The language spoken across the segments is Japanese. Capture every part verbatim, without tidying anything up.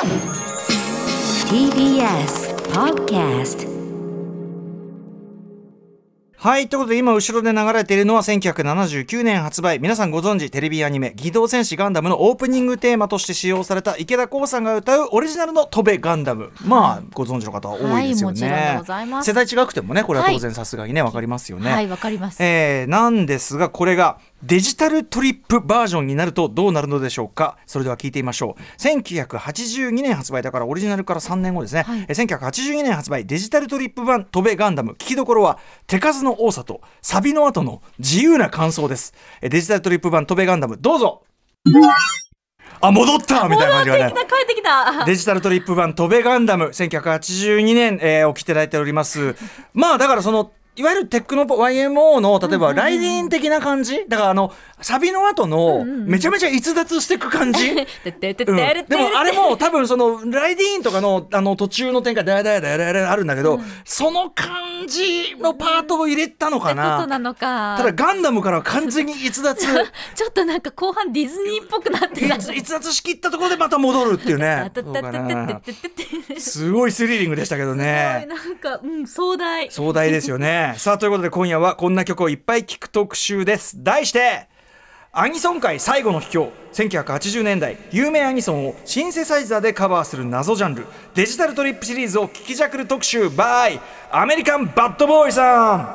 ティービーエス Podcast。 はい、ということで今後ろで流れているのはせんきゅうひゃくななじゅうきゅうねん発売、皆さんご存知テレビアニメ機動戦士ガンダムのオープニングテーマとして使用された池田航さんが歌うオリジナルの飛べガンダム、まあご存知の方は多いですよね、 はい、もちろんでございます。 世代違くてもねこれは当然さすがにね、はい、分かりますよね。 はい、分かります、 えー、なんですがこれがデジタルトリップバージョンになるとどうなるのでしょうか。それでは聞いてみましょう。せんきゅうひゃくはちじゅうにねん発売だからオリジナルからさんねんごですね、はい、せんきゅうひゃくはちじゅうにねん発売デジタルトリップ版飛べガンダム、聞きどころは手数の多さとサビの後の自由な感想です。デジタルトリップ版飛べガンダムどうぞ。あ、戻ったみたいな感じがね、 戻ってきた、帰ってきた。 デジタルトリップ版飛べガンダムせんきゅうひゃくはちじゅうにねん、えー、お聞きいただいております。まあだからそのいわゆるテックノ ワイエムオー の例えばライディーン的な感じだから、あのサビの後のめちゃめちゃ逸脱していく感じ、うん、でもあれも多分そのライディーンとか の, あの途中の展開だだだだだあるんだけど、うん、その感じのパートを入れたのかな、 ってことなのか。 ただガンダムからは完全に逸脱ちょっとなんか後半ディズニーっぽくなってた逸脱しきったところでまた戻るっていうねすごいスリリングでしたけどね。 なんか、うん、壮大壮大ですよねさあということで今夜はこんな曲をいっぱい聴く特集です。題してアニソン界最後の秘境、せんきゅうひゃくはちじゅうねんだい有名アニソンをシンセサイザーでカバーする謎ジャンルデジタルトリップシリーズを聞きじゃくる特集 by アメリカンバッドボーイさん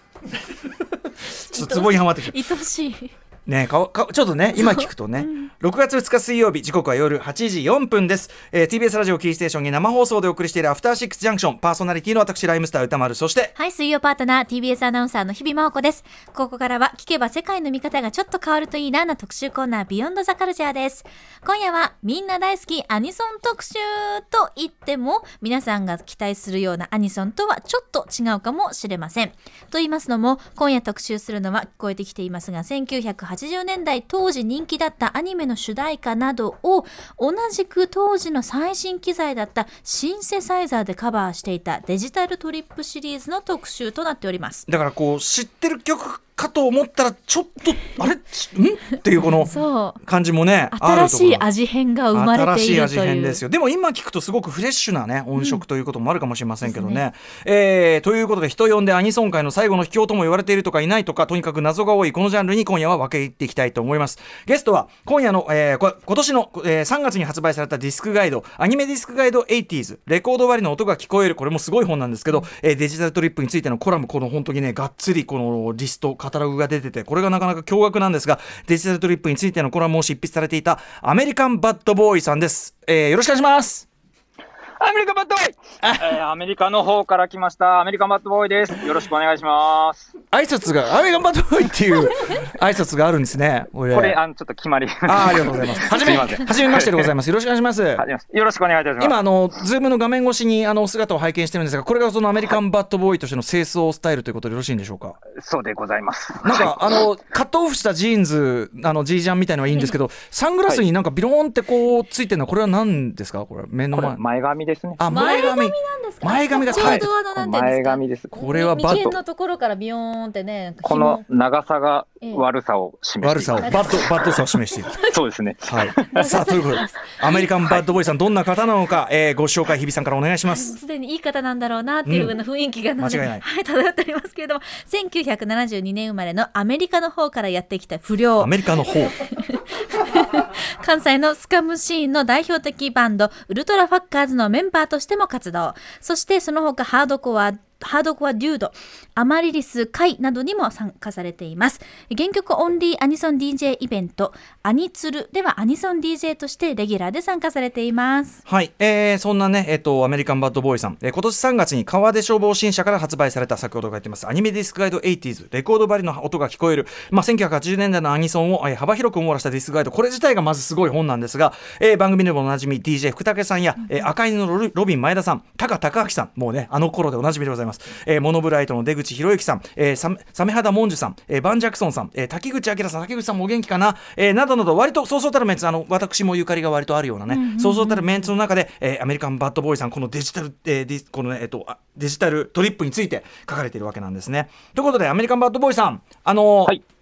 ちょっとツボにはまってきた。 愛しいね、かかちょっとね今聞くとね、うん、ろくがつふつか水曜日時刻は夜はちじよんぷんです、えー、ティービーエス ラジオキーステーションに生放送でお送りしているアフターシックスジャンクション、パーソナリティの私ライムスター歌丸、そしてはい水曜パートナー ティービーエス アナウンサーの日々真央子です。ここからは聞けば世界の見方がちょっと変わるといいなな特集コーナービヨンドザカルチャーです。今夜はみんな大好きアニソン特集と言っても皆さんが期待するようなアニソンとはちょっと違うかもしれません。と言いますのも今夜特集するのは聞こえてきていますがせんきゅうひゃくはちじゅうねんだい当時人気だったアニメの主題歌などを同じく当時の最新機材だったシンセサイザーでカバーしていたデジタルトリップシリーズの特集となっております。 だからこう知ってる曲かと思ったらちょっとあれんっていうこの感じもね新しい味変が生まれているという。新しい味変ですよ。 でも今聞くとすごくフレッシュなね音色ということもあるかもしれませんけどね、うんねえー、ということで人呼んでアニソン界の最後の秘境とも言われているとかいないとかとにかく謎が多いこのジャンルに今夜は分け入っていきたいと思います。ゲストは今夜の、えー、今年の、えー、さんがつに発売されたディスクガイドアニメディスクガイド エイティーズ レコード割りの音が聞こえる、これもすごい本なんですけど、えー、デジタルトリップについてのコラム、この本当にねがっつりこのリストカタログが出ててこれがなかなか驚愕なんですが、デジタルトリップについてのコラムを執筆されていたアメリカンバッドボーイさんです、えー、よろしくお願いします。 アメリカンバッドボーイ、えー、アメリカの方から来ましたアメリカンバッドボーイです。よろしくお願いします。 挨拶がアメリカンバッドボーイっていう挨拶があるんですね。これあのちょっと決まりあ, ありがとうございますはじめはじめましてでございます。よろしくお願いします。 よろしくお願いいたします。 今あのズームの画面越しにあの姿を拝見してるんですが、これがそのアメリカンバッドボーイとしての清掃スタイルということでよろしいんでしょうか。 そうでございます。 なんか、はい、あのカットオフしたジーンズあのジージャンみたいなのはいいんですけど、サングラスになんかビローンってこうついてるのはこれは何ですか。これ目の前前髪ですね。 あ前髪前髪なんですか。 前髪がちょうどあのなんていうんですか、 前髪です。 これはバッドのところからビヨーンってね、 この長さが悪さを示している、 悪さをバッドバッドさを示しているそうですね、 はい、さあということでアメリカンバッドボーイさんどんな方なのか、えー、ご紹介日比さんからお願いします。 すでにいい方なんだろうなっていうような雰囲気が、 うん、間違いない、 はい、漂っておりますけれども、せんきゅうひゃくななじゅうにねん生まれのアメリカの方からやってきた不良、 アメリカの方関西のスカムシーンの代表的バンドウルトラファッカーズのメンバーとしても活動、そしてその他ハードコアハードコアデュード、アマリリス会などにも参加されています。原曲オンリーアニソン ディージェー イベントアニツルではアニソン ディージェー としてレギュラーで参加されています。 はい、えー、そんなね、えっと、アメリカンバッドボーイさん、えー、今年さんがつに川出消防新社から発売された先ほど書いてますアニメディスクガイド エイティーズ レコード張りの音が聞こえる、まあ、せんきゅうひゃくはちじゅうねんだいのアニソンを、えー、幅広く網羅したディスクガイド、これ自体がまずすごい本なんですが、えー、番組でもおなじみ ディージェー 福武さんや、うんえー、赤犬のロビン前田さん、高高明さん、もうねあの頃でおなじみでございます、えー、モノブライトの出口博之さん、えー、サメサメ肌モンジュさん、えー、バンジャクソンさん、えー、滝口明さん、滝口さんもお元気かな、えー、などなど割とそうそうたるメンツ、あの私もゆかりが割とあるようなね、うんうんうん、そうそうたるメンツの中で、えー、アメリカンバッドボーイさんこのデジタル、えーディこのねえっと、デジタルトリップについて書かれているわけなんですね。ということでアメリカンバッドボーイさん、あのーはい、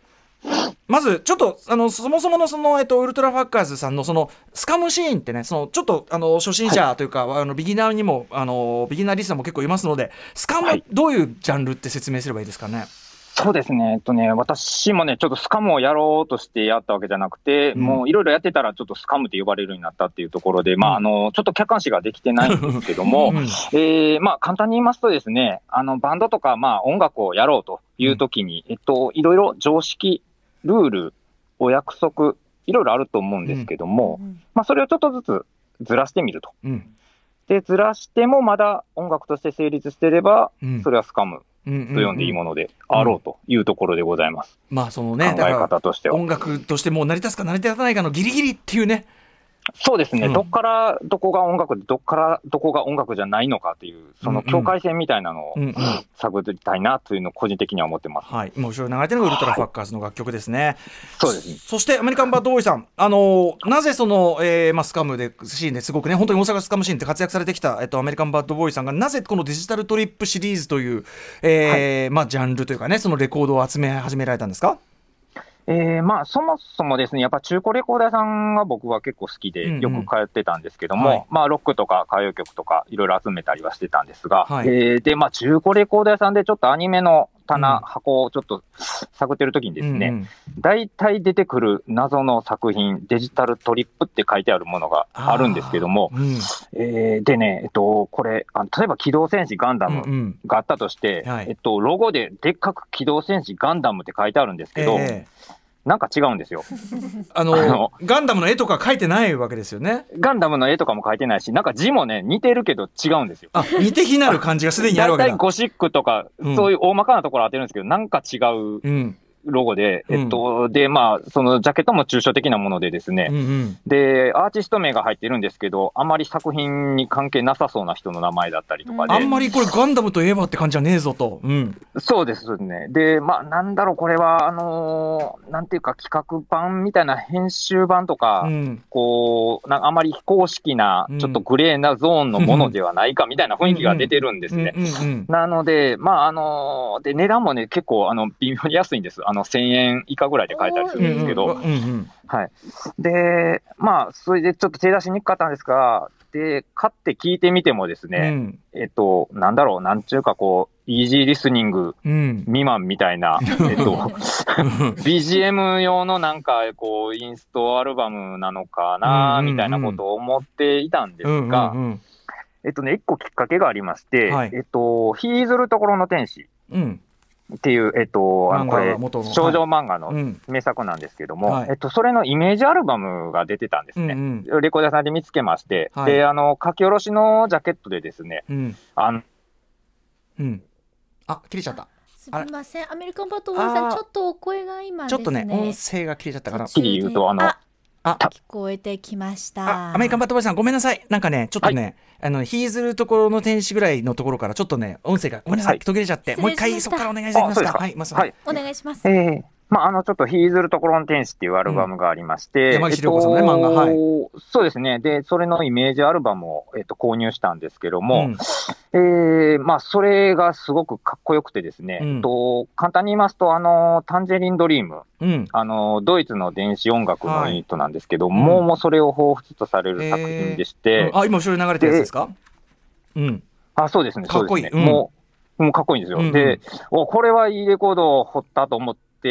まずちょっとあのそもそものその、えっと、ウルトラファッカーズさんのそのスカムシーンってね、そのちょっとあの初心者というか、はい、あのビギナーにもあのビギナーリスナーも結構いますので、スカムはどういうジャンルって説明すればいいですかね。はい、 そうですね、えっとね、私もね、ちょっとスカムをやろうとしてやったわけじゃなくて、うん、もういろいろやってたら、ちょっとスカムって呼ばれるようになったっていうところで、うん、まあ、あの、ちょっと客観視ができてないんですけども、うん、えー、まあ、簡単に言いますとですね、あの、バンドとか、まあ、音楽をやろうというときに、うん、えっと、いろいろ常識、ルール、お約束、いろいろあると思うんですけども、うん、まあ、それをちょっとずつずらしてみると。うん、で、ずらしてもまだ音楽として成立していれば、それはスカム。と呼んでいいものであろうというところでございます。 うん、まあそのね、 考え方としては音楽としてもう成り立つか成り立たないかのギリギリっていうね。 そうですね、 うん、 どっからどこが音楽でどっからどこが音楽じゃないのかというその境界線みたいなのを探りたいなというのを個人的には思ってます。 はい、今後ろに流れてるのがウルトラファッカーズの楽曲ですね。はい、 そうですね。 そしてアメリカンバッドボーイさん、あのー、なぜその、えーまあ、スカムでシーンですごくね本当に大阪スカムシーンって活躍されてきた、えっと、アメリカンバッドボーイさんがなぜこのデジタルトリップシリーズという、えーはいまあ、ジャンルというかねそのレコードを集め始められたんですか？ えーまあ、そもそもですね、やっぱ中古レコーダーさんが僕は結構好きで、よく通ってたんですけども、うんうんはい、まあ、ロックとか歌謡曲とかいろいろ集めたりはしてたんですが、はい、えー、で、まあ、中古レコーダーさんでちょっとアニメの棚、うん、箱をちょっと探ってるときにですね、うんうん、大体出てくる謎の作品、デジタルトリップって書いてあるものがあるんですけども、うん、えー、でね、えっと、これ、あの例えば機動戦士ガンダムがあったとして、うんうんはい、えっと、ロゴででっかく機動戦士ガンダムって書いてあるんですけど、えーなんか違うんですよあのあのガンダムの絵とか描いてないわけですよね。 ガンダムの絵とかも描いてないし、なんか字もね似てるけど違うんですよ。 あ、似て非なる感じがすでにあるわけだ。 だいたいゴシックとか、うん、そういう大まかなところ当てるんですけど、なんか違う、うんロゴで、えっと、うん、で、まあ、そのジャケットも抽象的なものでですね、うんうん、で、アーティスト名が入ってるんですけど、あまり作品に関係なさそうな人の名前だったりとかで。 あんまりこれガンダムといえばって感じじゃねえぞと。うん、 そうですね。で、まあ、なんだろう、これは、あのー、なんていうか、企画版みたいな編集版とか、うん、こう、なんあまり非公式な、ちょっとグレーなゾーンのものではないかみたいな雰囲気が出てるんですね。なので、まあ、あのー、で、値段もね、結構、あの、微妙に安いんです。あのせんえん以下ぐらいで買えたりするんですけど、うんうん、はい、で、まあ、それでちょっと手出しにくかったんですが、で、買って聞いてみてもですね、うん、えっと、なんだろう、なんちゅうかこう、イージーリスニング未満みたいな、うん、えっと、ビージーエム 用のなんか、こう、インストアルバムなのかな、みたいなことを思っていたんですが、うんうんうん、えっとね、一個きっかけがありまして、はい、えっと、ヒーズルところの天使。うんっていう、えっと、あのこれ少女漫画の名作なんですけども、はい、えっと、それのイメージアルバムが出てたんですね、うんうん、レコーダーさんで見つけまして、はい、であの書き下ろしのジャケットでですね、うん、あの、 うん、あ切れちゃった。 すみません、アメリカンバッドボーイさん、ちょっとお声が今ですね、 ちょっとね音声が切れちゃったから、 はっきり言うとあのあ聞こえてきました。 アメリカンバッドボーイさんごめんなさい、なんかねちょっとね、はい、あのヒーズルところの天使ぐらいのところからちょっとね音声がごめんなさい、はい、途切れちゃって、もう一回そこからお願いできますか。はい、まはい、お願いします。 えーまあ、あのちょっとヒーズルところの天使っていうアルバムがありまして、 うん、山岸涼子さんのね、えっと、漫画、はい、 そうですね。で、それのイメージアルバムを、えっと、購入したんですけども、うん、えー、まあ、それがすごくかっこよくてですね、うん、と簡単に言いますと、あの、タンジェリンドリーム、うん、あの、ドイツの電子音楽のユニットなんですけども、はい、もうそれを彷彿とされる作品でして、 えーうん、あ、今後ろに流れてるやつですか？うん。 あ、そうですね、 かっこいい。 そうですね。うん、もう、もうかっこいいんですよ。うんうん、で、お、これはいいレコードを掘ったと思って、うん、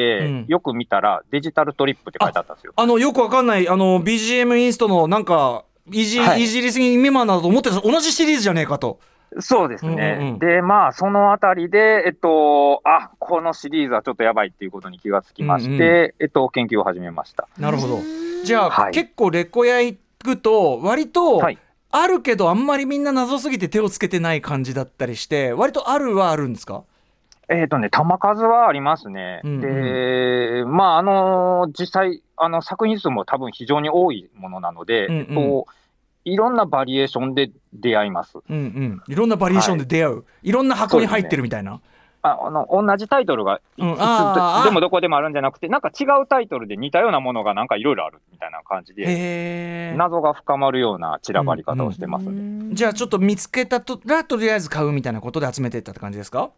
よく見たらデジタルトリップって書いてあったんですよ。 あ、あのよくわかんないあの ビージーエム インストのなんかイージー、はい、イージーリスニング未満などと思ってた同じシリーズじゃねえかと。 そうですね、うんうん、でまあそのあたりでえっとあこのシリーズはちょっとやばいっていうことに気がつきまして、うんうん、えっと研究を始めました。 なるほど。じゃあ、はい、結構レコヤ行くと割と、はい、あるけどあんまりみんな謎すぎて手をつけてない感じだったりして割とあるはあるんですか？ えーとね、弾数はありますね。うんうん、で、まあ、あの、実際、あの、作品数も多分非常に多いものなので、うんうん、えっと、いろんなバリエーションで出会います。 うんうん、いろんなバリエーションで出会う。はい、いろんな箱に入ってるみたいな。 ああの同じタイトルがいつ、うん、でもどこでもあるんじゃなくて、なんか違うタイトルで似たようなものがなんかいろいろあるみたいな感じで、謎が深まるような散らばり方をしてますね。 うんうん、じゃあちょっと見つけたとらとりあえず買うみたいなことで集めていったって感じですか？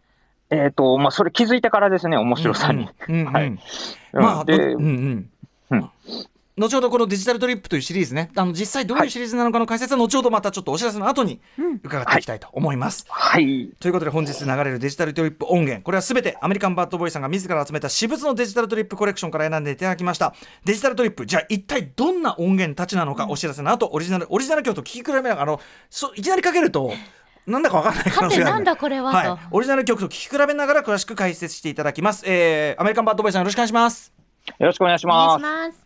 えっと、まあ、それ気づいてからですね、面白さに。 うんうんうんうん、 はい。 まあ、 で、 うんうんうん、後ほどこのデジタルトリップというシリーズね、あの実際どういうシリーズなのかの解説は後ほどまたちょっとお知らせの後に伺っていきたいと思います。 はい、はい、 ということで本日流れるデジタルトリップ音源、これはすべてアメリカンバッドボーイさんが自ら集めた私物のデジタルトリップコレクションから選んでいただきました。デジタルトリップ、じゃあ一体どんな音源たちなのか、お知らせの後オリジナルオリジナル曲と聴き比べながら、あのそいきなりかけるとなんだか分からない可能性がある、 なんだこれはと、 はい、オリジナル曲と聴き比べながら詳しく解説していただきます。えー、アメリカンバッドボーイさんよろしくお願いします。 よろしくお願いします。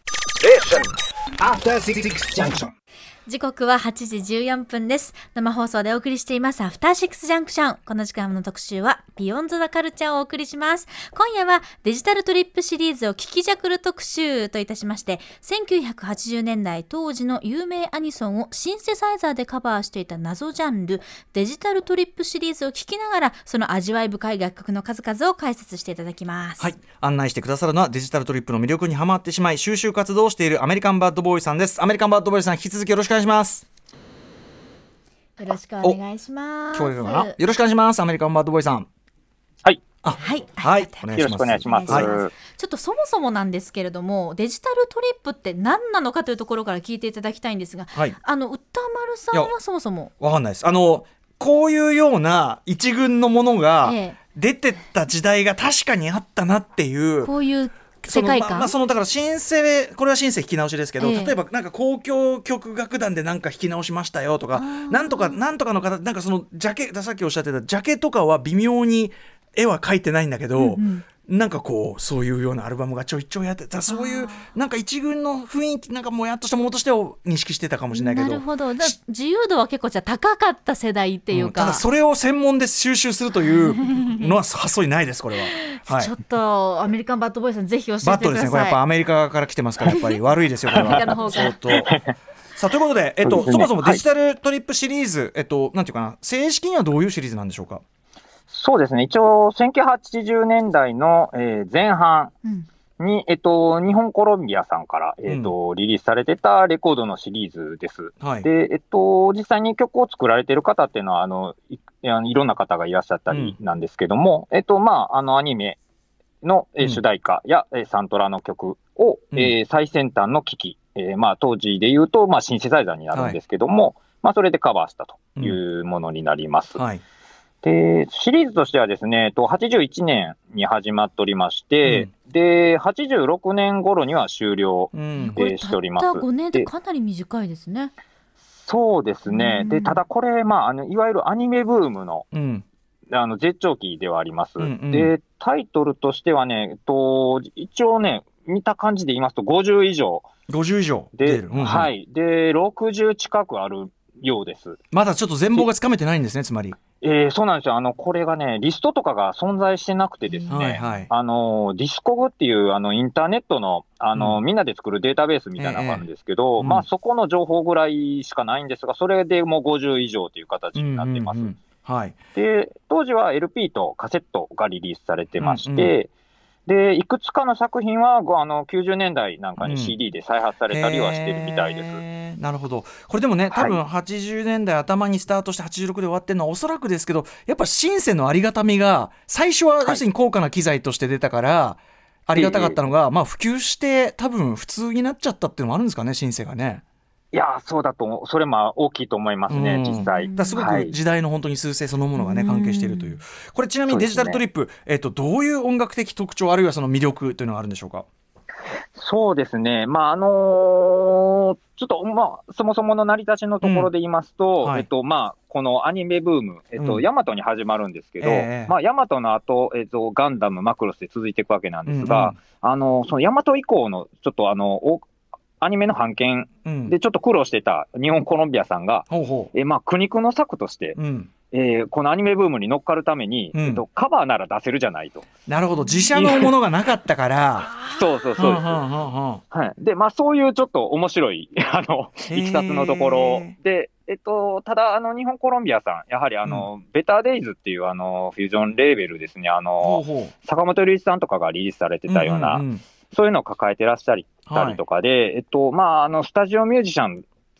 時刻ははちじじゅうよんぷんです。生放送でお送りしていますアフターシックスジャンクション。この時間の特集はビヨンドザカルチャーをお送りします。今夜はデジタルトリップシリーズを聞きじゃくる特集といたしまして、せんきゅうひゃくはちじゅうねんだい当時の有名アニソンをシンセサイザーでカバーしていた謎ジャンルデジタルトリップシリーズを聞きながら、その味わい深い楽曲の数々を解説していただきます。 はい、案内してくださるのはデジタルトリップの魅力にハマってしまい収集活動をしているアメリカンバッドボーイさんです。アメリカンバッドボーイさん、引き続きよろしくお願いします。 よろしくお願いします。 聞こえるかな。よろしくお願いします。アメリカンバッドボーイさん。 はい。 あ、 はい。 はい。 よろしくお願いします。 はい、ちょっとそもそもなんですけれども、デジタルトリップって何なのかというところから聞いていただきたいんですが、はい、あの歌丸さんはそもそもわかんないです。あのこういうような一群のものが出てった時代が確かにあったなっていう、 こういう世界観、 そのまあ、そのだからシンセ、これはシンセ弾き直しですけど、えー、例えばなんか交響曲楽団でなんか弾き直しましたよとか、なんとかなんとかの方、なんかそのジャケ、さっきおっしゃってたジャケとかは微妙に絵は描いてないんだけど、うんうん、なんかこうそういうようなアルバムがちょいちょいやってた、そういうなんか一軍の雰囲気、なんかもやっとしたものとしてを認識してたかもしれないけど、 なるほど。だ自由度は結構じゃ高かった世代っていうか、 うん、ただそれを専門で収集するというのは発想にないです。これは、はい、 ちょっとアメリカンバッドボーイさんぜひ教えてください。 バッドですね、これやっぱアメリカから来てますからやっぱり悪いですよこれは。アメリカの方からさあということで、えっと、そ, ね、そもそもデジタルトリップシリーズ、はい、えっと、なんていうかな、正式にはどういうシリーズなんでしょうか。 そうですね、一応せんきゅうひゃくはちじゅうねんだいの、えー、前半に、うん、えっと、日本コロンビアさんから、えっとうん、リリースされてたレコードのシリーズです。はい、で、えっと、実際に曲を作られてる方っていうのは、あの い, いろんな方がいらっしゃったりなんですけども、うん、えっと、まあ、あのアニメの、えー、主題歌や、うん、サントラの曲を、うん、えー、最先端の機器、えーまあ、当時で言うと、まあ、シンセサイザーになるんですけども、はい、まあ、それでカバーしたというものになります。うん、はい、でシリーズとしてはですね、はちじゅういちねんに始まっておりまして、うん、ではちじゅうろくねん頃には終了、うん、えー、しております。 たったごねんってかなり短いですね。 そうですね、うん、でただこれ、まあ、あのいわゆるアニメブームの、うん、あの絶頂期ではあります。うんうん、でタイトルとしてはね、えっと、一応ね、見た感じで言いますとごじゅういじょうごじゅう以上で、うんうん、はい、でろくじゅう近くあるようです。 まだちょっと全貌がつかめてないんですね、つまり。 えー、そうなんですよ。あのこれがね、リストとかが存在してなくてですね、はいはい、あのディスコグっていうあのインターネットの、あの、うん、みんなで作るデータベースみたいなのがあるんですけど、えーまあ、そこの情報ぐらいしかないんですが、それでもうごじゅう以上という形になってます。うんうんうん、はい、で当時は エルピー とカセットがリリースされてまして、うんうん、でいくつかの作品はあのきゅうじゅうねんだいなんかに シーディー で再発されたりはしてるみたいです。うん、 なるほど。これでもね、多分はちじゅうねんだい頭にスタートしてはちじゅうろくで終わってるのはおそらくですけど、やっぱシンセのありがたみが最初は要するに高価な機材として出たからありがたかったのが、はい、まあ、普及して多分普通になっちゃったっていうのもあるんですかね、シンセがね。 いやそうだと、それも大きいと思いますね、うん、実際。 だすごく時代の本当に趨勢そのものがね、はい、関係しているという。これちなみにデジタルトリップ、ね、えーと、どういう音楽的特徴あるいはその魅力というのがあるんでしょうか。 そうですね、まああのー、ちょっと、まあ、そもそもの成り立ちのところで言いますと、うんはい、えっとまあ、このアニメブーム、えっとうん、ヤマトに始まるんですけど、えーまあ、ヤマトの後、えっと、ガンダム、マクロスで続いていくわけなんですが、うんうん、あのそのヤマト以降のちょっとあのアニメの版権でちょっと苦労してた日本コロンビアさんが、うんえまあ、苦肉の策として、うんえー、このアニメブームに乗っかるために、うんえっと、カバーなら出せるじゃないと。 なるほど、自社のものがなかったからそうそうそうです、はい、で、まあ、そういうちょっと面白いあのいきさつのところで、えっと、ただあの日本コロンビアさんやはりあの、うん、ベターデイズっていうあのフュージョンレーベルですね、あのほうほう坂本龍一さんとかがリリースされてたような、うんうんうん、そういうのを抱えてらっしゃったりとかで、はいえっとまあ、あのスタジオミュージシャン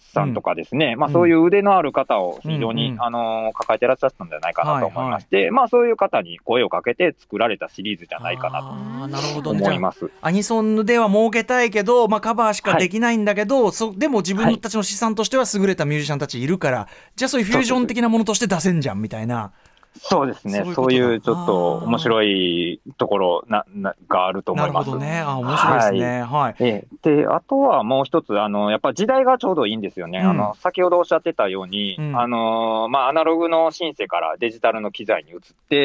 さんとかですね、うん、まあ、そういう腕のある方を非常に、 うんうん、 あの抱えてらっしゃったんじゃないかなと思いまして、はいはい、まあ、そういう方に声をかけて作られたシリーズじゃないかなと思います。 アニソンでは儲けたいけど、まあ、カバーしかできないんだけど、はい、そでも自分たちの資産としては優れたミュージシャンたちいるから、はい、じゃあそういうフュージョン的なものとして出せんじゃんみたいな。 そうですね、そういう、そういうちょっと面白いところなながあると思います。 なるほどね、あ、面白いですね。はいはい、 えであとはもう一つ、あのやっぱ時代がちょうどいいんですよね。うん、あの先ほどおっしゃってたように、うん、あのまあ、アナログのシンセからデジタルの機材に移って、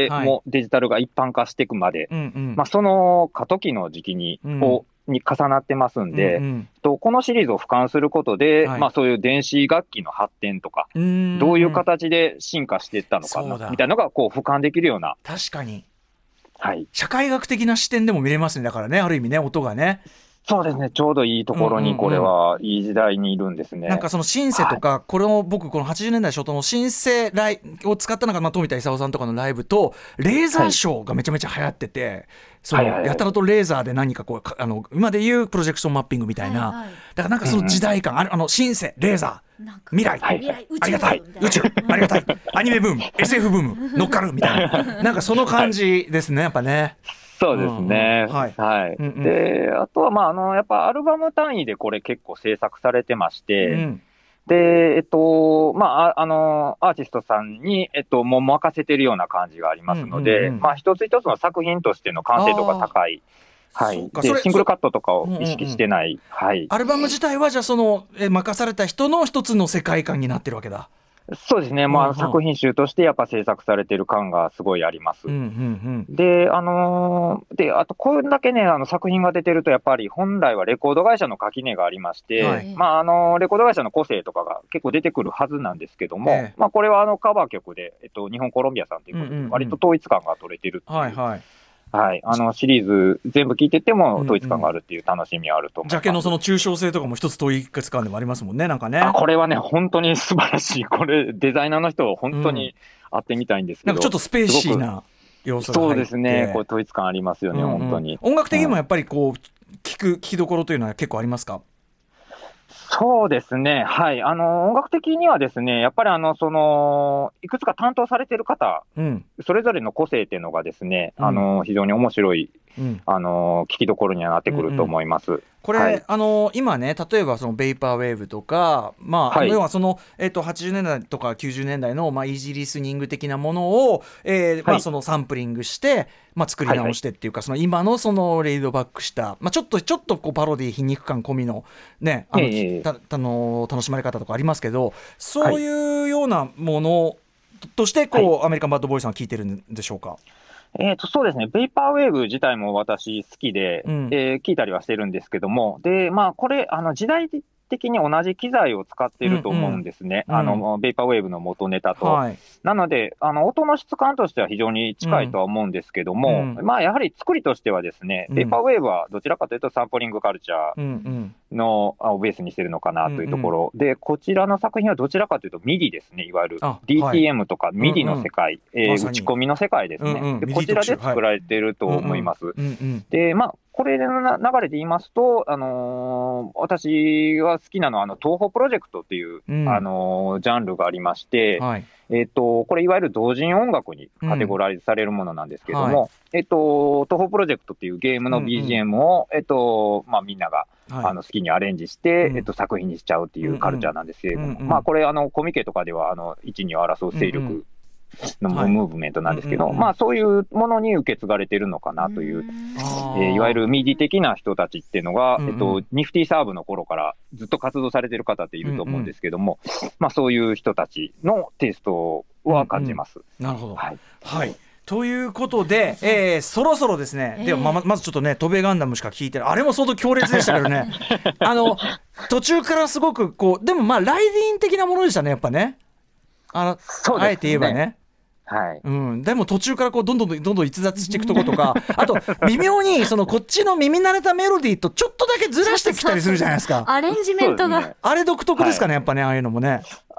はい、もうデジタルが一般化していくまで、うんうん、まあ、その過渡期の時期に、うん、をに重なってますんで、うんうん、とこのシリーズを俯瞰することで、はい、まあ、そういう電子楽器の発展とか、どういう形で進化していったのかなみたいなのがこう俯瞰できるような。 確かに、 はい、 社会学的な視点でも見れますね。だからね、ある意味ね、音がね。 そうですね、ちょうどいいところにこれはいい時代にいるんですね。うんうんうん、 なんかそのシンセとか、はい、これを僕このはちじゅうねんだい初頭のシンセライを使ったのが、まあ、富田勲さんとかのライブとレーザーショーがめちゃめちゃ流行ってて、はい、そのやたらとレーザーで何かこうあの今でいうプロジェクションマッピングみたいな、はいはい、だからなんかその時代感、うんうん、あのシンセ、レーザー、未来、はい、ありがたい、宇宙ありがたい、アニメブームエスエフ ブーム乗っかるみたいななんかその感じですね、やっぱね。 そうですね、うんうん、はい、はい、うんうん、であとは、まあ、あのやっぱアルバム単位でこれ結構制作されてまして、うん、でえっとまあ、あのアーティストさんに、えっと、もう任せてるような感じがありますので、うんうんうん、まあ、一つ一つの作品としての完成度が高い。はい、でシングルカットとかを意識してない、うんうんうん、はい、 アルバム自体はじゃあそのえ任された人の一つの世界観になってるわけだ。 そうですね、まあ、うんうん、作品集としてやっぱ制作されてる感がすごいあります。うんうんうん、で、あのー、で、あとこれだけね、あの作品が出てると、やっぱり本来はレコード会社の垣根がありまして、はい、まあ、あのー、レコード会社の個性とかが結構出てくるはずなんですけども、ええ、まあ、これはあのカバー曲で、えっと、日本コロンビアさんということで、割と統一感が取れてるっていう。はいはい、はい、あのシリーズ全部聞いてても統一感があるっていう楽しみはあると思います。 ジャケのその抽象性とかも一つ統一感でもありますもんね、なんかね。 あ、これはね本当に素晴らしい。これデザイナーの人を本当に会ってみたいんですけど、 うん、なんかちょっとスペーシーな要素が入って。 そうですね、これ統一感ありますよね、うんうん、本当に。 音楽的にもやっぱりこう聞く聞きどころというのは結構ありますか？ そうですね、はい、あの音楽的にはですね、やっぱりあのそのいくつか担当されてる方、うん、それぞれの個性っていうのがですね、うん、あの非常に面白い、うん、あの聞きどころにはなってくると思います。うんうん、 これ、はい、あの今ね、例えばそのベイパーウェーブとか、まあ、はい、要はその、えー、とはちじゅうねんだいとかきゅうじゅうねんだいの、まあ、イージーリスニング的なものを、えーまあ、そのサンプリングして、まあ、作り直してっていうか、はいはい、その今のそのレイドバックした、まあ、ちょっとちょっとこうパロディ皮肉感込みのね、あの、えー、たたの楽しまれ方とかありますけど、そういうようなものとしてこう、はい、アメリカンバッドボーイさんは聞いてるんでしょうか？ えー、とそうですね、ベイパーウェーブ自体も私好きで、うん、えー、聞いたりはしてるんですけども、で、まあ、これあの時代的に同じ機材を使っていると思うんですね、うんうん、あのベイパーウェーブの元ネタと、はい、なのであの音の質感としては非常に近いとは思うんですけども、うんうん、まあ、やはり作りとしてはですね、うん、ベイパーウェーブはどちらかというとサンプリングカルチャーの、うんうん、をベースにしてるのかなというところ、うんうん、でこちらの作品はどちらかというと ミディ ですね、いわゆる ディーティーエム とか ミディ の世界、うんうん、えー、打ち込みの世界ですね、うんうん、でこちらで作られていると思います。で、まあこれの流れで言いますと、あのー、私が好きなのはあの東宝プロジェクトっていう、うん、あのー、ジャンルがありまして、はい、えーと、これいわゆる同人音楽にカテゴライズされるものなんですけども、うん、はい、えーと、東宝プロジェクトっていうゲームの ビージーエム を、うんうん、えーとまあ、みんなが、はい、あの好きにアレンジして、うん、えーと、作品にしちゃうっていうカルチャーなんですけれども、うんうん、まあ、これあのコミケとかではあのいち、にを争う勢力、うんうん、のムーブメントなんですけど、はい、まあ、そういうものに受け継がれてるのかなという、えー、いわゆるミディ的な人たちっていうのが、うんうん、えっと、ニフティサーブの頃からずっと活動されてる方っていると思うんですけども、うんうん、まあ、そういう人たちのテイストは感じます。 うんうん、なるほど、はい、はい、ということで、えー、そろそろですね、えー、では ま, まずちょっとね、トベガンダムしか聞いてない、あれも相当強烈でしたけどねあの途中からすごくこう、でもまあライディーン的なものでしたね、やっぱね、あの、そうですね、あえて言えばね、 はい、 うん、でも途中からこうどんどんどんどん逸脱していくとことかあと微妙にそのこっちの耳慣れたメロディーとちょっとだけずらしてきたりするじゃないですかアレンジメントが、 あれ独特ですかね、はい、やっぱね、ああいうのもね、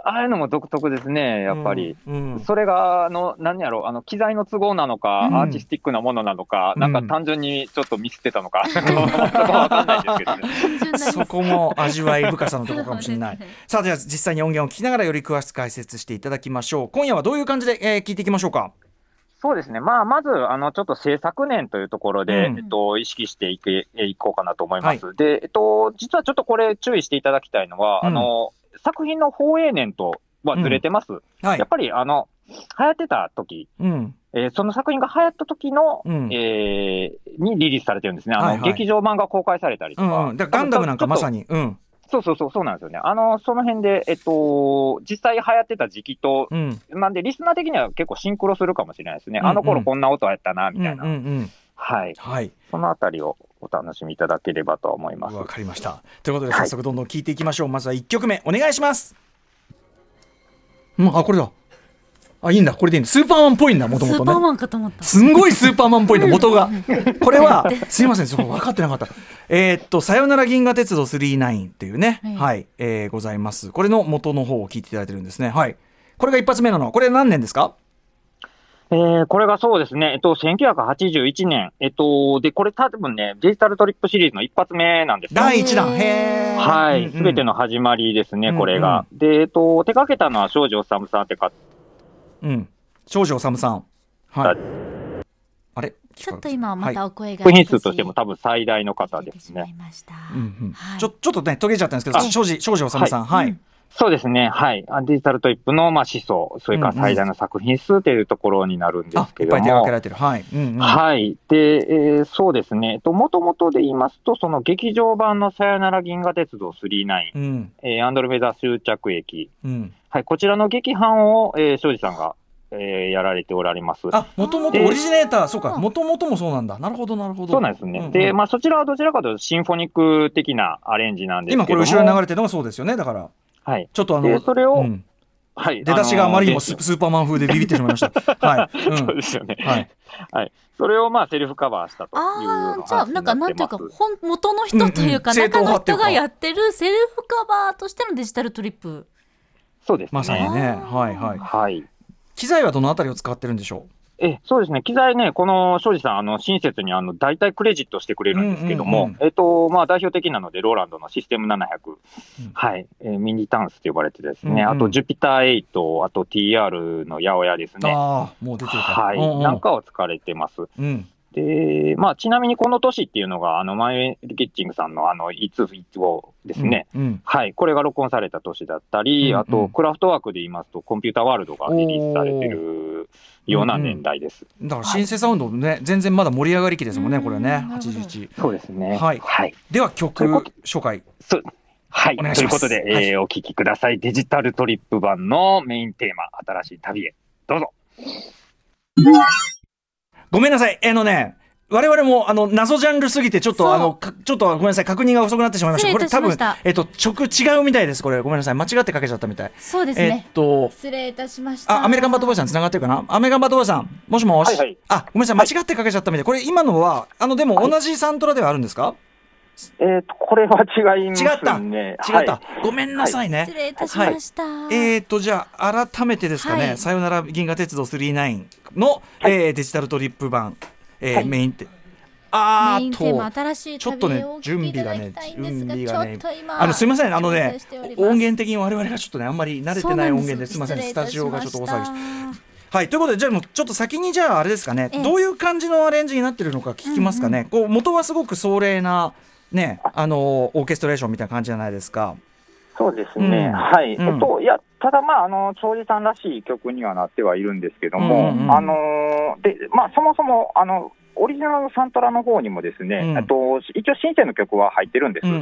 ああいうのも独特ですね、やっぱり。 うんうん、 それが、あの、何やろう、あの、機材の都合なのか、うん、アーティスティックなものなのか、うん、なんか単純にちょっとミスってたのか、そこはわかんないですけどね。 そこも味わい深さのところかもしれない。さあ、では実際に音源を聞きながらより詳しく解説していただきましょう。今夜はどういう感じで、えー、聞いていきましょうか。 そうですね、まあ、まずあのちょっと制作年というところで、うんえっと、意識していけいこうかなと思います、はい、でえっと、実はちょっとこれ、注意していただきたいのは、うん、あの作品の放映年とはずれてます、うんはい、やっぱりあの流行ってた時、うんえー、その作品が流行った時の、うんえー、にリリースされてるんですね、あの、はいはい、劇場版が公開されたりとか、 うんうん、だからガンダムなんかまさに。うんそうそうそう、そうなんですよね。あの、その辺で、えっと、実際流行ってた時期と、うん、なんで、リスナー的には結構シンクロするかもしれないですね。うんうん、あの頃こんな音やったな、みたいな。うんうんうん、はい。はい。そのあたりをお楽しみいただければと思います。 わかりました。ということで、早速どんどん聞いていきましょう。はい、まずはいっきょくめ、お願いします。うん、あ、これだ。あ、いいんだ、これでいいんだ。スーパーマンっぽいんだ、もともとね。 スーパーマンかと思った。 すんごいスーパーマンっぽいんだ、元が。これは、すいません、そこ分かってなかった。えー、っと、さよなら銀河鉄道スリーナインっていうね、はい、はい、えー、ございます。これの元の方を聞いていただいてるんですね。はい。これが一発目なの。これ何年ですか？ えー、これがそうですね、えっと、せんきゅうひゃくはちじゅういちねん、えっと、で、これ多分ね、デジタルトリップシリーズの一発目なんですよ。 だいいちだん。へー。 はい、すべ、うんうん、ての始まりですね、これが。うんうん、で、えっと、手掛けたのは庄司治さんってか、 うん。庄司治さん。はい。あれちょっと今またお声が、 作品数としても多分最大の方ですね。 うんうんはい、ちょちょっとね途切れちゃったんですけど、庄司治さんはい、うん、 そうですね、はい、デジタルトリップのまあ思想、それから最大の作品数というところになるんですけども、 いっぱい手掛けられてる、はい、うんうん、 はい、で、えー、そうですね、もともとで言いますと、その劇場版のさよなら銀河鉄道スリーナイン、うんえー、アンドロメダ終着駅、うんはい、こちらの劇版を、えー、庄司さんがえー、やられておられます。 あ、もともとオリジネーター、そうか、もともともそうなんだ。なるほど、なるほど。 そうなんですね。うんうん、で、まあ、そちらはどちらかというとシンフォニック的なアレンジなんですけども、 今これ後ろに流れてるのがそうですよね。だから、 はい、 ちょっとあの、 それを、うんはい、出だしがあまりにも ス, スーパーマン風でビビってしまいました。はい、 うん、そうですよね。はい、はい、それをまあセルフカバーしたという話になってます。 あ、じゃあなんかなんていうか本元の人というか、うんうん、中の人がやってるセルフカバーとしてのデジタルトリップ。 そうですね。 まさにね。はいはいはい。 機材はどのあたりを使ってるんでしょう？ えそうですね、機材ね、この庄司さん、あの親切にあの大体クレジットしてくれるんですけども、うんうんうんえっとまあ、代表的なので、ローランドのシステムななひゃく、うんはいえー、ミニタンスと呼ばれてですね、うんうん、あとジュピターエイト、あと ティーアール の八百屋ですね、 あもう出てるか、 はいうんうん、 なんかを使われてます。うんでまあ、ちなみにこの年っていうのが、あのマイ・リケッチングさんのあのいついつをですね、うんうんはい、これが録音された年だったり、うんうん、あとクラフトワークで言いますと、コンピューターワールドがリリースされてるような年代です。 うんうん、だからシンセサウンドね、はい、全然まだ盛り上がり期ですもんね、これね、はちじゅういち。 そうですね。 はい。はい、では曲紹介。 そうはい。ということで、はい、えー、お聴きください。デジタルトリップ版のメインテーマ、新しい旅へ。どうぞ。 ごめんなさい。あのね、我々もあの謎ジャンルすぎてちょっとあのちょっとごめんなさい、確認が遅くなってしまいました。これ多分えっと曲違うみたいです。これごめんなさい、間違ってかけちゃったみたい。 そうですね。 えっと失礼いたしました。 あ、アメリカンバッドボーイさんつながってるかな。アメリカンバッドボーイさん、もしもし。はいはい、あ、ごめんなさい、間違ってかけちゃったみたい。これ今のはあのでも同じサントラではあるんですか？ えー、とこれは違いますね。 違った違った、はい、ごめんなさいね、はい、 失礼いたしました、 はい、えーとじゃあ改めてですかね、はい、さよなら銀河鉄道スリーナインの、はいえー、デジタルトリップ版、えーはい、メインってあーとメインテーマ新しいちょっとね準備がね準備がねあのすいませんあのね音源的に我々がちょっとねあんまり慣れてない音源ですいませんスタジオがちょっと大騒ぎしてはいということでじゃあもうちょっと先にじゃああれですかね、ええ、どういう感じのアレンジになってるのか聞きますかね、うんうん、こう元はすごく壮麗なね、あのオーケストレーションみたいな感じじゃないですか。 そうですね、うん、はい、うん、えっと、いやただ、まあ、あの庄司さんらしい曲にはなってはいるんですけども、うんうん、あのでまあ、そもそもあのオリジナルのサントラの方にもですね、うん、と一応シンセの曲は入ってるんです、うんうんうん、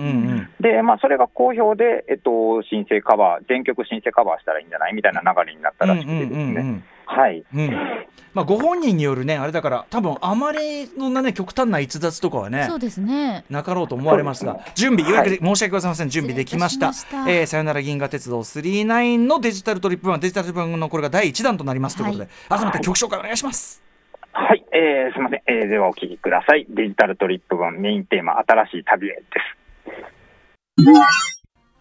でまあ、それが好評で、えっと、シンセカバー全曲シンセカバーしたらいいんじゃないみたいな流れになったらしくてですね、うんうんうんうんはい、うんまあ、ご本人によるねあれだから多分あまりのな、ね、極端な逸脱とかはねそうですねなかろうと思われますが準備、はい、申し訳ございません準備できましたさえー、さよなら銀河鉄道スリーナインのデジタルトリップ版デジタルトリップ版のこれがだいいちだんとなりますということで、はい、改めて曲紹介お願いします。 はい、えー、すみません、えー、ではお聴きください。デジタルトリップ版メインテーマ新しい旅へです。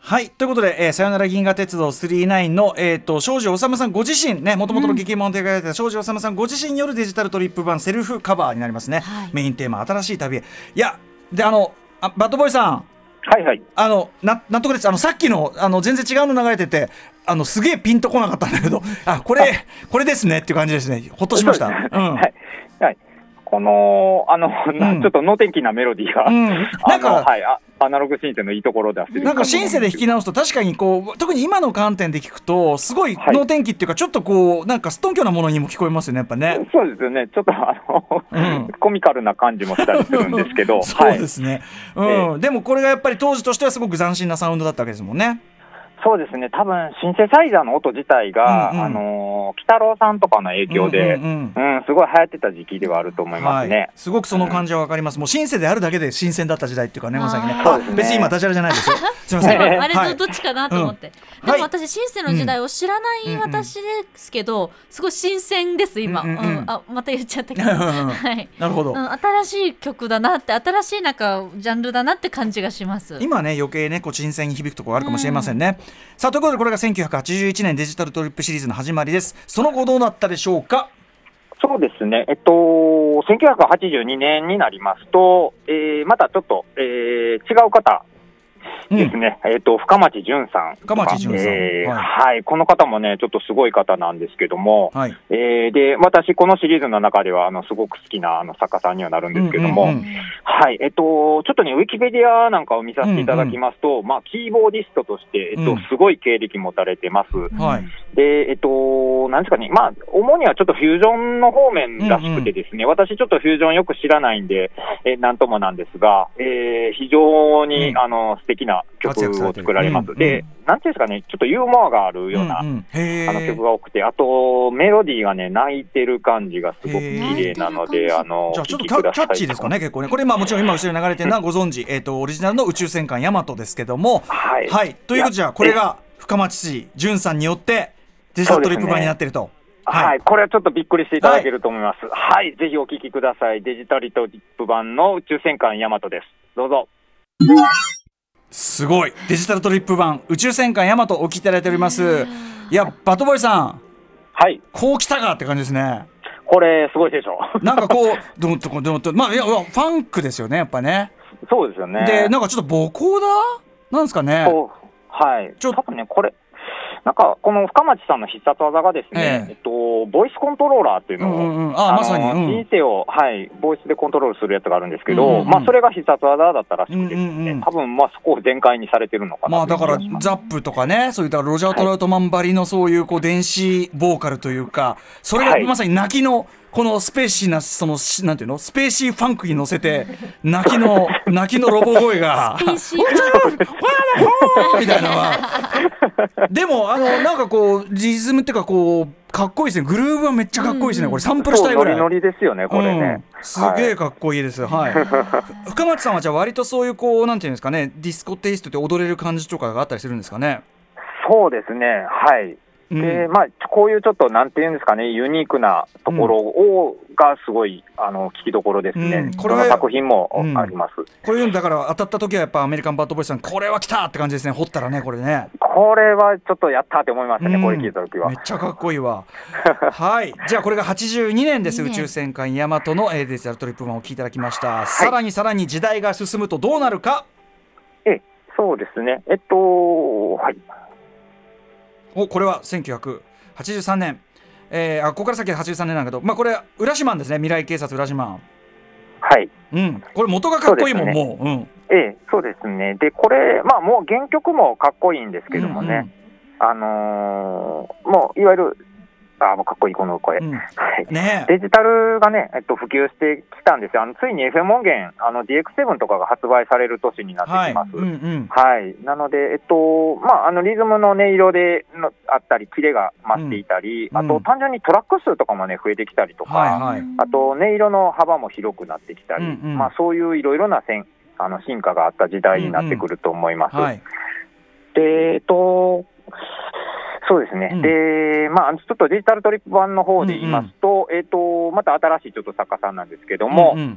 はい、ということで、えー、さよなら銀河鉄道さんじゅうきゅうの、えー、と庄司治さんご自身ね、もともとの劇版を手掛けられた庄司治さんご自身によるデジタルトリップ版セルフカバーになりますね、はい、メインテーマ新しい旅へ。いやであのあバッドボーイさん、 はいはい、あのな納得です。あのさっきのあの全然違うの流れてて、あのすげえピンとこなかったんだけど、あこれこれですねっていう感じですね。ほっとしました。うん、 はいはい、このあの、うん、ちょっと能天気なメロディーが、うん、なんかはい、あアナログシンセのいいところでなんかシンセで弾き直すと確かにこう特に今の観点で聞くとすごい能天気っていうか、はい、ちょっとこうなんかすっとんきょなものにも聞こえますよねやっぱね。 そうですよね、ちょっとあの、うん、コミカルな感じもしたりするんですけどそうですね、はい、うん、えー、でもこれがやっぱり当時としてはすごく斬新なサウンドだったわけですもんね。 そうですね、多分シンセサイザーの音自体が、うんうん、あの鬼太郎さんとかの影響で、うんうんうんうん、すごい流行ってた時期ではあると思いますね、はい、 すごくその感じは分かります、うん、もうシンセであるだけで新鮮だった時代っていうかね、まさにね、あ、ね、別に今ダジャレじゃないですよすいませんあれとどっちかなと思って、うん、でも私シンセの時代を知らない私ですけど、うんうん、すごい新鮮です今、うんうんうん、あまた言っちゃったけどはい、 なるほど、うん、 新しい曲だなって新しいなんかジャンルだなって感じがします。 今ね余計ねこう新鮮に響くところあるかもしれませんね、うん、さあということでこれがせんきゅうひゃくはちじゅういちねんデジタルトリップシリーズの始まりです。その後どうなったでしょうか。 そうですね、えっと、せんきゅうひゃくはちじゅうにねんになりますと、えー、またちょっと、えー、違う方ですね、うん、えっと、深町淳さん。 深町淳さん、 えーはいはい、この方もね、ちょっとすごい方なんですけども、 はい、 えー、で、私、このシリーズの中では、あの、すごく好きなあの作家さんにはなるんですけども、うんうんうん、はい、えっと、ちょっとね、ウィキペディアなんかを見させていただきますと、うんうん、まあ、キーボーディストとして、えっと、すごい経歴持たれてます。うん、 はい、 で、えっと、なんですかね、まあ、主にはちょっとフュージョンの方面らしくてですね、うんうん、私ちょっとフュージョンよく知らないんで、えー、なんともなんですが、えー、非常に、うん、あの、素敵な曲を作られます。うんうん、で、なんていうんですかね、ちょっとユーモアがあるような、うんうん、あの曲が多くて、あとメロディーがね、泣いてる感じがすごく綺麗なので、あの、 じゃあちょっとキャッチーですかね、結構ね。これまあもちろん今後ろに流れてるのはご存知、えっとオリジナルの宇宙戦艦ヤマトですけども、はい、はい、ということでじゃあこれが深町市淳さんによってデジタルトリップ版になっていると。 はい、はい、これはちょっとびっくりしていただけると思います。はい、はい、ぜひお聴きください。デジタルトリップ版の宇宙戦艦ヤマトです。どうぞ。 すごいデジタルトリップ版宇宙戦艦ヤマトお聞きいただいております。いやバトボーイさん、 はい、 こう来たかって感じですね。 これすごいでしょなんかこうどんとこどんとまあいやファンクですよねやっぱね。 そうですよね。 でなんかちょっと母校だなんですかね。 はい、ちょっと多分ねこれなんかこの深町さんの必殺技がですね、えええっと、ボイスコントローラーっていうのを、うんうん、ああまさに、うん、人生を、はい、ボイスでコントロールするやつがあるんですけど、うんうん、まあ、それが必殺技だったらしくてですね、うんうん、多分まあそこを全開にされてるのかな、 まあ、だからザップとかねそういったロジャー・トラウトマンばりのそういうこう電子ボーカルというかそれがまさに泣きのこのスペーシーなそのなんていうのスペーシーファンクに乗せて泣きの泣きのロボ声がスペーシーファンクみたいなのはでもあのなんかこうリズムっていうかこうかっこいいですね。グルーヴはめっちゃかっこいいですね、うん、これサンプルしたいぐらいノリノリですよねこれね、うん、 すげえかっこいいです、はい、深町さんはじゃあ割とそういうこうなんていうんですかねディスコテイストで踊れる感じとかがあったりするんですかね。 そうですね、はいでまあ、こういうちょっとなんていうんですかねユニークなところを、うん、がすごいあの聞きどころですね、うん、これは作品もあります、うん、 これだから当たった時はやっぱアメリカンバッドボーイさんこれは来たって感じですね。掘ったらねこれねこれはちょっとやったって思いましたね、うん、これ聞いた時はめっちゃかっこいいわはいじゃあこれがはちじゅうにねんです宇宙戦艦ヤマトのデジタルトリップ版を聞いていただきました、はい、さらにさらに時代が進むとどうなるか。 えそうですねえっとはいおこれはせんきゅうひゃくはちじゅうさんねん、えー、あここから先ははちじゅうさんねんなんだけど、まあ、これ浦島ですね未来警察浦島。 はい、 うん、これ元がかっこいいもん、ね、もう、うん、 ええそうですね。でこれまあもう原曲もかっこいいんですけどもね、うんうん、あのー、もういわゆるあもうかっこいいこの声、うんね、デジタルがね、えっと、普及してきたんですよ。あのついに エフエム 音源あの ディーエックスセブン とかが発売される年になってきます、はいうんうんはい、なので、えっとまあ、あのリズムの音色でのあったりキレが増していたり、うん、あと単純にトラック数とかもね増えてきたりとか、はいはい、あと音色の幅も広くなってきたり、うんうんまあ、そういういろいろな線あの進化があった時代になってくると思います、うんうんはい、でえっとそうですね、うんでまあ、ちょっとデジタルトリップ版の方で言いますと、うんうんえー、とまた新しいちょっと作家さんなんですけども、うんうん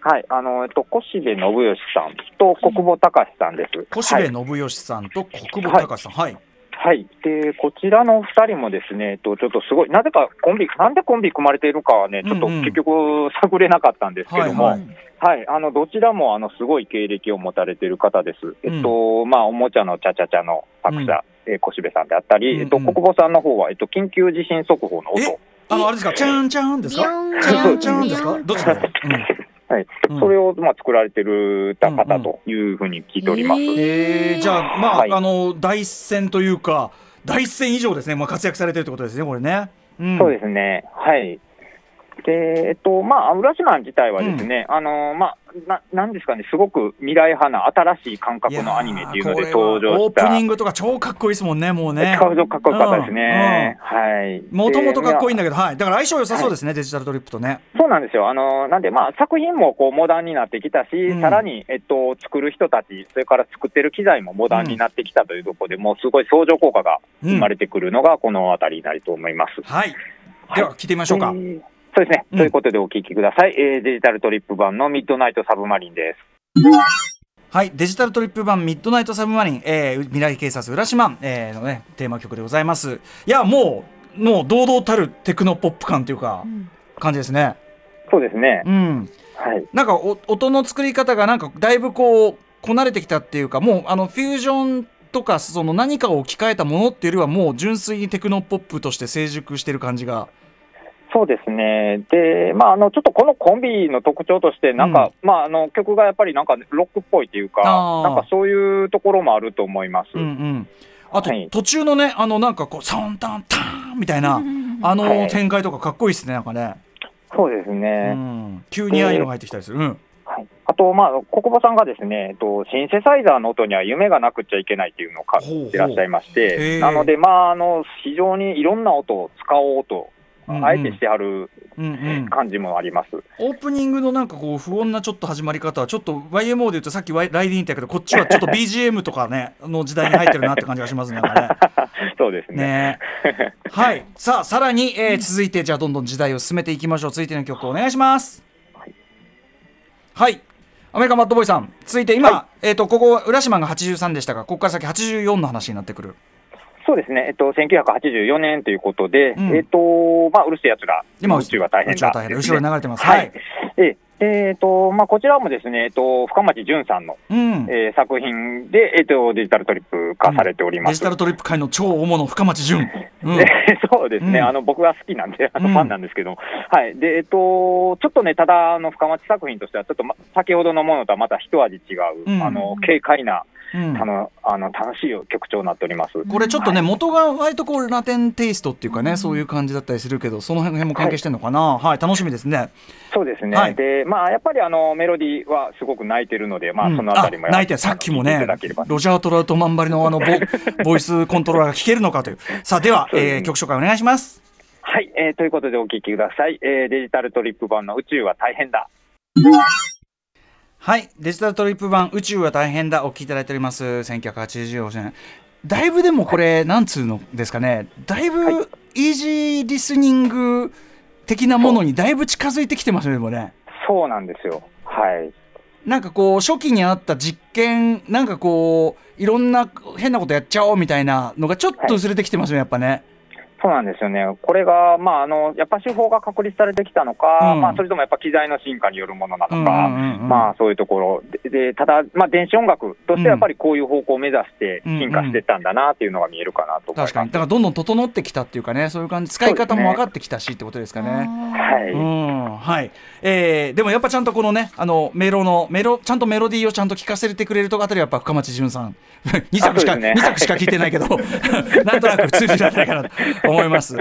はい、あの、えっと、小柴信義さんと国保隆さんです。 小柴信義さんと国保隆さん。はい。はいはい、でこちらのふたりもですね、えっと、ちょっとすごい、なぜかコンビ、なんでコンビ組まれているかはね、ちょっと結局、探れなかったんですけども、はい、はいはい、あのどちらもあのすごい経歴を持たれている方です。えっと、うんまあ、おもちゃのチャチャチャの作者、うんえー、小柴さんであったり、うんうん、えっと、国保さんの方は、えっと、緊急地震速報の音。 あの、あれですか、チャンチャンですかチャンチャンですかどっちですか、うんはい、うん、それをまあ作られてるた方というふうに聞いております。うんうん、 えー、じゃあ、まあ、はい、あの第一線というか、第一線以上ですね、まあ、活躍されてるってことですね、これね。 うん、そうですね、はい。でえっとまあ、浦島自体はですね、うん、あのまあ、ななんですかね、すごく未来派な新しい感覚のアニメっていうので登場した。 オープニングとか超かっこいいですもんね、もうね。 かっこよかったですね。はい。 もともとかっこいいんだけど、はい。だから相性良さそうですね、はい、デジタルトリップとね。 そうなんですよ。あのなんで、まあ、作品もこうモダンになってきたし、うん、さらに、えっと、作る人たち、それから作ってる機材もモダンになってきたというところで、うん、もうすごい相乗効果が生まれてくるのがこのあたりになると思います。 うん、はい。では、聞いてみましょうか。えーそうですね、うん、ということでお聞きください、えー、デジタルトリップ版のミッドナイトサブマリンです。 はい、デジタルトリップ版ミッドナイトサブマリン、えー、未来警察浦島、えー、のねテーマ曲でございます。いやもうもう堂々たるテクノポップ感というか、うん、感じですね。 そうですね、 うんはい、なんかお音の作り方がなんかだいぶこうこなれてきたっていうか、もうあのフュージョンとかその何かを置き換えたものっていうよりはもう純粋にテクノポップとして成熟してる感じが。 そうですね。で、まあ、あの、ちょっとこのコンビの特徴として、なんか、うん、まあ、あの、曲がやっぱりなんかロックっぽいというか、なんかそういうところもあると思います。 うんうん、あと、はい、途中のね、あの、なんかこう、サンタンターンみたいな、あの、はい、展開とかかっこいいですね、なんかね。 そうですね。 うん、急にああいうのが入ってきたりする。うんはい、あと、まあ、国保さんがですね、えっと、シンセサイザーの音には夢がなくちゃいけないというのを感じていらっしゃいまして、なので、まあ、あの、非常にいろんな音を使おうと、うんうん、あえてしてある感じもあります、うんうん、オープニングのなんかこう不穏なちょっと始まり方はちょっと ワイエムオー で言うとさっきライディーンって言ったけど、こっちはちょっと ビージーエム とかねの時代に入ってるなって感じがしますね。ねそうですね。 ねはいさあさらに、えー、続いてじゃあどんどん時代を進めていきましょう。続いての曲をお願いします。はい、はい、アメリカンバッドボーイさん、続いて今、はい、えーとここ浦島がはちじゅうさんでしたが、ここから先はちじゅうよんの話になってくる。 そうですね、えっと、せんきゅうひゃくはちじゅうよねんということで、うん、えっとまあ、うるせえやつら、今宇宙は大変だ、ね、 後ろに流れてます。はい、 ええーとまあ、こちらもですね、えっと、深町淳さんの、うんえー、作品で、えっと、デジタルトリップ化されております、うん、 デジタルトリップ界の超大物深町淳、 うん、そうですね、うん、あの僕が好きなんであのファンなんですけど、うんはいでえっと、ちょっとね、ただあの深町作品としてはちょっと、ま、先ほどのものとはまた一味違う、うん、あの軽快なうん、あのあの楽しい曲調になっております。 これちょっとね、はい、元が割とこうラテンテイストっていうかね、うん、そういう感じだったりするけど、その辺も関係してるのかな。はい、はい、楽しみですね。 そうですね、はい、でまあ、やっぱりあのメロディーはすごく泣いてるので、まあ、そのあたりも、 うん、泣いてさっきもねロジャー・トラウトマンばりのあの ボ, ボイスコントローラーが聴けるのかというさあでは、えー、曲紹介お願いします。 はい、えー、ということでお聴きください、えー、デジタルトリップ版の宇宙は大変だ。 はい、デジタルトリップ版宇宙は大変だお聞きいただいております。せんきゅうひゃくはちじゅうよねん、だいぶでもこれ、はい、なんつうのですかね、だいぶイージーリスニング的なものにだいぶ近づいてきてますね。でもね、 そうなんですよ。はい、 なんかこう初期にあった実験、なんかこういろんな変なことやっちゃおうみたいなのがちょっと薄れてきてますね、はい、やっぱね。 そうなんですよね。これが、まあ、あのやっぱ手法が確立されてきたのか、うんまあ、それともやっぱ機材の進化によるものなのか、うんうんうん、まあ、そういうところ で, でただ、まあ、電子音楽としてやっぱりこういう方向を目指して進化していったんだなっていうのが見えるかなと思います。 確かに、だからどんどん整ってきたっていうかね、そういう感じ、使い方も分かってきたしってことですかね。 はい、 うんはいえー、でもやっぱちゃんとこのね、あのメロのメロちゃんとメロディーをちゃんと聴かせてくれるとこあたりはやっぱ深町淳さんにさくしか、ね、にさくしか聞いてないけどなんとなく通じられないかなと思います。はい、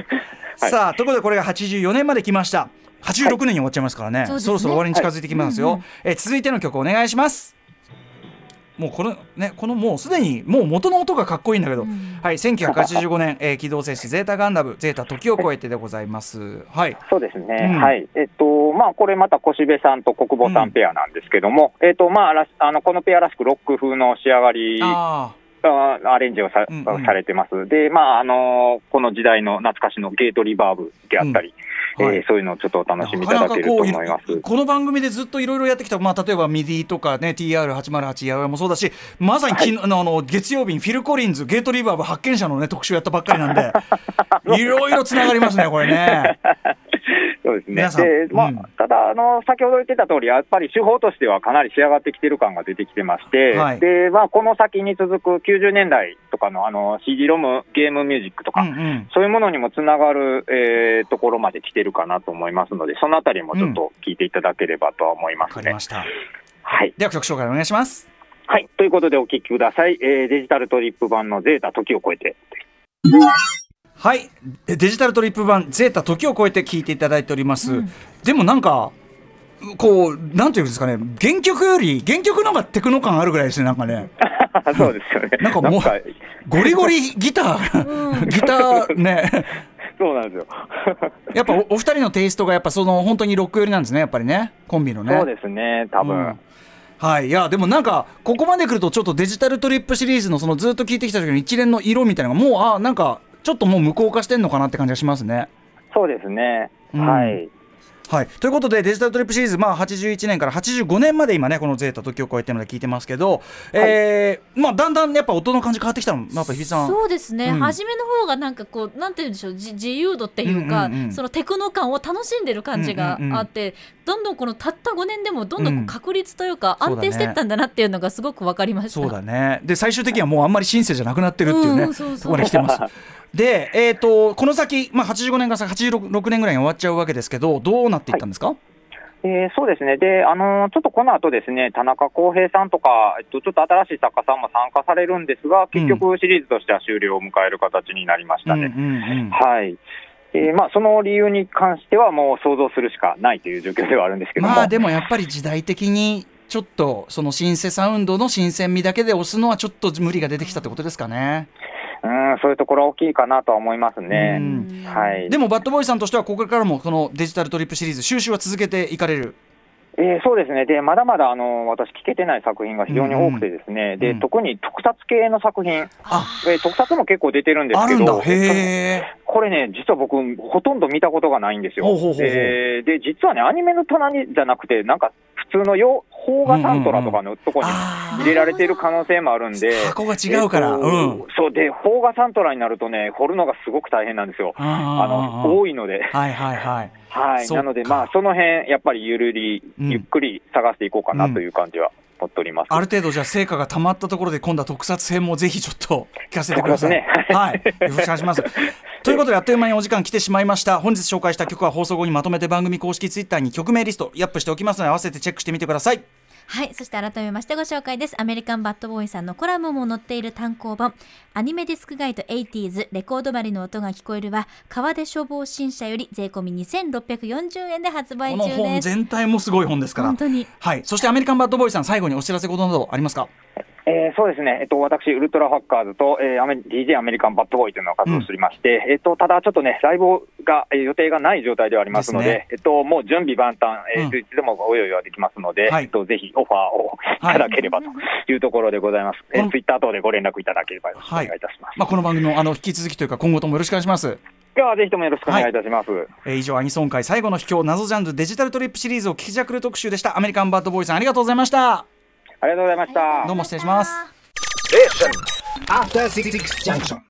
さあということでこれがはちじゅうよねんまで来ました。はちじゅうろくねんに終わっちゃいますからね、はい、そろそろ終わりに近づいてきますよ。はい、えー、続いての曲お願いします。もうこのね、このもうすでにもう元の音がかっこいいんだけど、うん、はい、せんきゅうひゃくはちじゅうごねん、えー、機動戦士ゼータガンダムゼータ時を超えてでございます。はい、 そうですね。うん、はい、えっとまあこれまた小柴さんと国保さんペアなんですけども、うん、えっとまああのこのペアらしくロック風の仕上がり。あアレンジを さ,、うんうん、されてます。で、まああのー、この時代の懐かしのゲートリバーブであったり、 はい、えー、そういうのをちょっとお楽しみいただけると思います。 なかなかこうこの番組でずっといろいろやってきた、まあ、例えばミディとかね ティーアールはちまるはち やもそうだし、まさに昨日、はい、あの月曜日にフィル・コリンズゲートリバーブ発見者の、ね、特集やったばっかりなんでいろいろつながりますねこれね。 そうですね。で、まあ、うん、ただあの先ほど言ってた通り、やっぱり手法としてはかなり仕上がってきてる感が出てきてまして、はい、でまあ、この先に続くきゅうじゅうねんだいとかの、あの シーディー ロムゲームミュージックとか、うんうん、そういうものにもつながる、えー、ところまで来てるかなと思いますので、そのあたりもちょっと聞いていただければとは思いますね。 わかりました。 はい、 では曲紹介お願いします。 はい、ということでお聴きください。えー、デジタルトリップ版のゼータ時を超えて。 はい、デジタルトリップ版ゼータ時を超えて聞いていただいております、うん、でもなんかこうなんていうんですかね、原曲より原曲の方がテクノ感あるぐらいですね、なんかねそうですよね。 なんかもうゴリゴリギターギターねそうなんですよやっぱ お, お二人のテイストがやっぱその本当にロック寄りなんですね、やっぱりね、コンビのね。 そうですね、多分、うん、 はい。いやでもなんかここまで来るとちょっとデジタルトリップシリーズのそのずっと聞いてきた時の一連の色みたいなのがもうあなんかちょっともう無効化してんのかなって感じがしますね。 そうですね、うん、はいはい、ということでデジタルトリップシリーズ、まあ、はちじゅういちねんからはちじゅうごねんまで今ねこのゼータ時を超えてるので聞いてますけど、はい、えーまあ、だんだんやっぱ音の感じ変わってきたのやっぱ日比さん。 そうですね、 うん、 初めの方がなんかこうなんて言うんでしょう、自由度っていうか、うんうんうん、そのテクノ感を楽しんでる感じがあって、うんうんうん、どんどんこのたったごねんでもどんどんこう確率というか安定していったんだなっていうのがすごく分かりました。 そうだね。で最終的にはもうあんまりシンセじゃなくなってるっていうね、うん、そうそうところに来てますで、えー、とこの先、まあ、はちじゅうごねんからはちじゅうろくねんぐらいに終わっちゃうわけですけど、どうなっていったんですか？はい、 えー、そうですね。で、あのー、ちょっとこの後ですね、田中康平さんとか、えっと、ちょっと新しい作家さんも参加されるんですが、結局シリーズとしては終了を迎える形になりましたね。うんうんうん、はい。えーまあ、その理由に関してはもう想像するしかないという状況ではあるんですけども、 まあでもやっぱり時代的にちょっとそのシンセサウンドの新鮮味だけで押すのはちょっと無理が出てきたってことですかね。 うん、そういうところは大きいかなとは思いますね。はい、 でもバッドボーイさんとしてはここからもこのデジタルトリップシリーズ収集は続けていかれる？ えー、そうですね。でまだまだあの私聞けてない作品が非常に多くてですね、うん、で特に特撮系の作品、えー、特撮も結構出てるんですけど、 へこれね実は僕ほとんど見たことがないんですよ。ほうほうほうほう。えー、で実はねアニメの隣じゃなくてなんか普通の洋邦画サントラとかのとこに入れられている可能性もあるんで、うんうん、 箱が違うから、えーうん、 そうで邦画サントラになるとね掘るのがすごく大変なんですよ。あの多いので、 はいはいはいはい、なので、まあ、その辺やっぱりゆるり、うん、ゆっくり探していこうかなという感じは持っております。 ある程度じゃあ成果がたまったところで今度は特撮編もぜひちょっと聞かせてください。ね、はい、よろしくお願いしますということであっという間にお時間来てしまいました。本日紹介した曲は放送後にまとめて番組公式ツイッターに曲名リストアップしておきますので合わせてチェックしてみてください。 はい、そして改めましてご紹介です。アメリカンバッドボーイさんのコラムも載っている単行本アニメディスクガイドエイティーズレコード針の音が聞こえるは川出消防新社より税込みにせんろっぴゃくよんじゅうえんで発売中です。 この本全体もすごい本ですから本当に、 はい、そしてアメリカンバッドボーイさん最後にお知らせことなどありますか？ えー、そうですね、えっと、私、ウルトラハッカーズと、えー、アメ ディージェー アメリカンバッドボーイというのを活動しておりまして、うん、えっと、ただちょっとね、ライブが、えー、予定がない状態ではありますので、で、ね、えっと、もう準備万端、えーうん、いつでもご用意はできますので、はい、えっと、ぜひオファーをいただければというところでございます。はい、えー、ツイッター等でご連絡いただければよろしくお願いいたします。はい、まあ、 この番組もあの引き続きというか、今後ともよろしくお願いします。 ではぜひともよろしくお願いいたします。はい、 えー、以上、アニソン界最後の秘境、謎ジャンルデジタルトリップシリーズを聞きじゃくる特集でした。アメリカンバッドボーイさん、ありがとうございました。 ありがとうございました。 どうも失礼します。 After Six Junction.